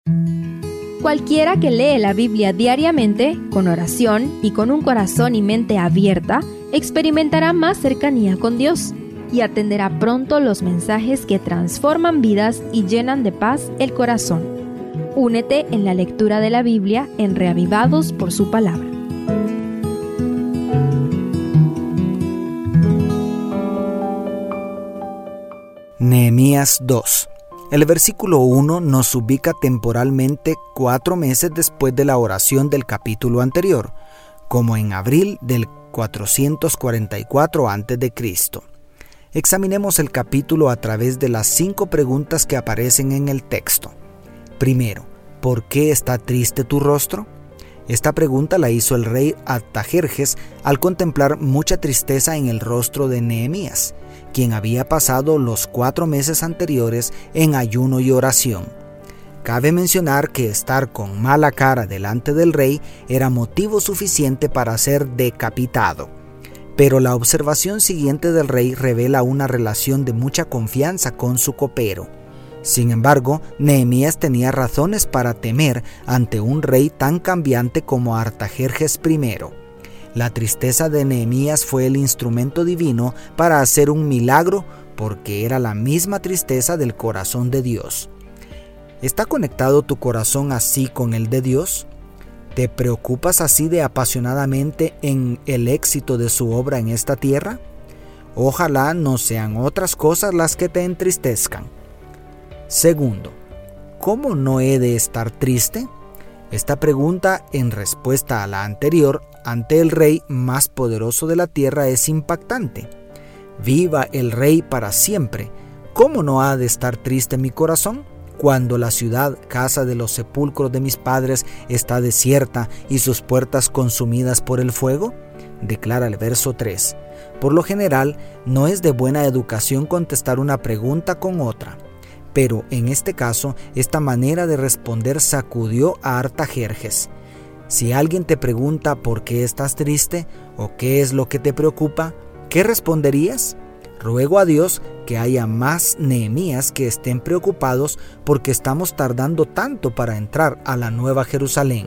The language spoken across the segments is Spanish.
Cualquiera que lee la Biblia diariamente, con oración y con un corazón y mente abierta, experimentará más cercanía con Dios y atenderá pronto los mensajes que transforman vidas y llenan de paz el corazón. Únete en la lectura de la Biblia en Reavivados por su palabra. Nehemías 2. El versículo 1 nos ubica temporalmente 4 meses después de la oración del capítulo anterior, como en abril del 444 a.C. Examinemos el capítulo a través de las 5 preguntas que aparecen en el texto. Primero, ¿por qué está triste tu rostro? Esta pregunta la hizo el rey Artajerjes al contemplar mucha tristeza en el rostro de Nehemías, quien había pasado los 4 meses anteriores en ayuno y oración. Cabe mencionar que estar con mala cara delante del rey era motivo suficiente para ser decapitado. Pero la observación siguiente del rey revela una relación de mucha confianza con su copero. Sin embargo, Nehemías tenía razones para temer ante un rey tan cambiante como Artajerjes I. La tristeza de Nehemías fue el instrumento divino para hacer un milagro, porque era la misma tristeza del corazón de Dios. ¿Está conectado tu corazón así con el de Dios? ¿Te preocupas así de apasionadamente en el éxito de su obra en esta tierra? Ojalá no sean otras cosas las que te entristezcan. Segundo, ¿cómo no he de estar triste? Esta pregunta, en respuesta a la anterior, ante el rey más poderoso de la tierra, es impactante. Viva el rey para siempre. ¿Cómo no ha de estar triste mi corazón cuando la ciudad, casa de los sepulcros de mis padres, está desierta y sus puertas consumidas por el fuego? Declara el verso 3. Por lo general, no es de buena educación contestar una pregunta con otra. Pero en este caso, esta manera de responder sacudió a Artajerjes. Si alguien te pregunta por qué estás triste o qué es lo que te preocupa, ¿qué responderías? Ruego a Dios que haya más Nehemías que estén preocupados porque estamos tardando tanto para entrar a la Nueva Jerusalén.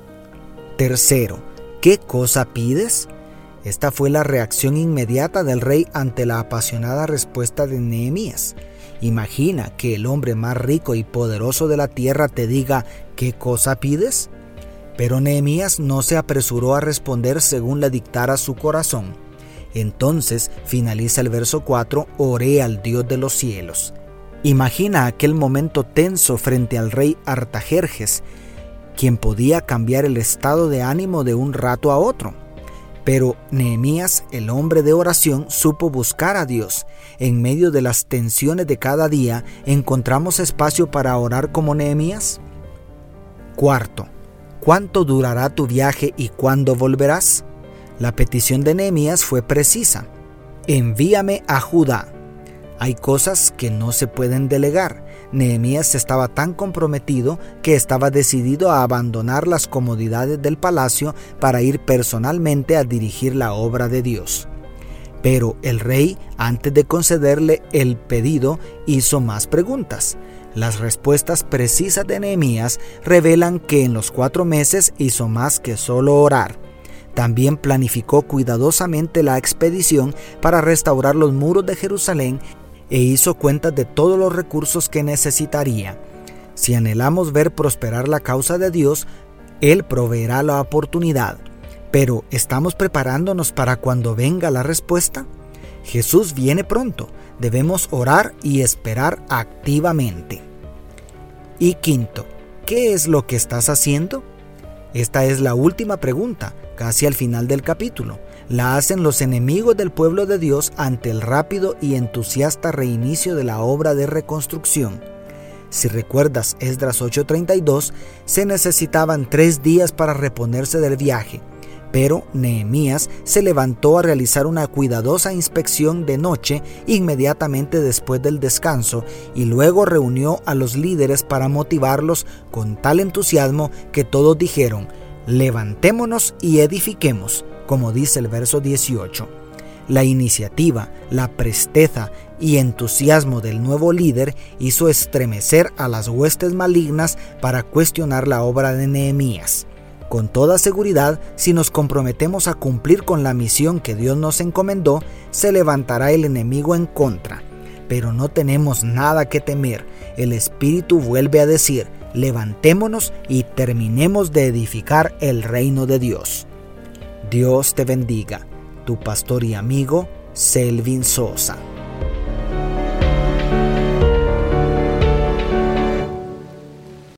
Tercero, ¿qué cosa pides? Esta fue la reacción inmediata del rey ante la apasionada respuesta de Nehemías. Imagina que el hombre más rico y poderoso de la tierra te diga ¿qué cosa pides? Pero Nehemías no se apresuró a responder según le dictara su corazón. Entonces finaliza el verso 4, oré al Dios de los cielos. Imagina aquel momento tenso frente al rey Artajerjes, quien podía cambiar el estado de ánimo de un rato a otro. Pero Nehemías, el hombre de oración, supo buscar a Dios. En medio de las tensiones de cada día, ¿encontramos espacio para orar como Nehemías? Cuarto, ¿cuánto durará tu viaje y cuándo volverás? La petición de Nehemías fue precisa. Envíame a Judá. Hay cosas que no se pueden delegar. Nehemías estaba tan comprometido que estaba decidido a abandonar las comodidades del palacio para ir personalmente a dirigir la obra de Dios. Pero el rey, antes de concederle el pedido, hizo más preguntas. Las respuestas precisas de Nehemías revelan que en los 4 meses hizo más que solo orar. También planificó cuidadosamente la expedición para restaurar los muros de Jerusalén e hizo cuentas de todos los recursos que necesitaría. Si anhelamos ver prosperar la causa de Dios, Él proveerá la oportunidad. Pero, ¿estamos preparándonos para cuando venga la respuesta? Jesús viene pronto. Debemos orar y esperar activamente. Y quinto, ¿qué es lo que estás haciendo? Esta es la última pregunta, casi al final del capítulo. La hacen los enemigos del pueblo de Dios ante el rápido y entusiasta reinicio de la obra de reconstrucción. Si recuerdas Esdras 8:32, se necesitaban 3 días para reponerse del viaje, pero Nehemías se levantó a realizar una cuidadosa inspección de noche inmediatamente después del descanso y luego reunió a los líderes para motivarlos con tal entusiasmo que todos dijeron: levantémonos y edifiquemos, como dice el verso 18. La iniciativa, la presteza y entusiasmo del nuevo líder hizo estremecer a las huestes malignas para cuestionar la obra de Nehemías. Con toda seguridad, si nos comprometemos a cumplir con la misión que Dios nos encomendó, se levantará el enemigo en contra. Pero no tenemos nada que temer. El Espíritu vuelve a decir: levantémonos y terminemos de edificar el reino de Dios. Dios te bendiga. Tu pastor y amigo, Selvin Sosa.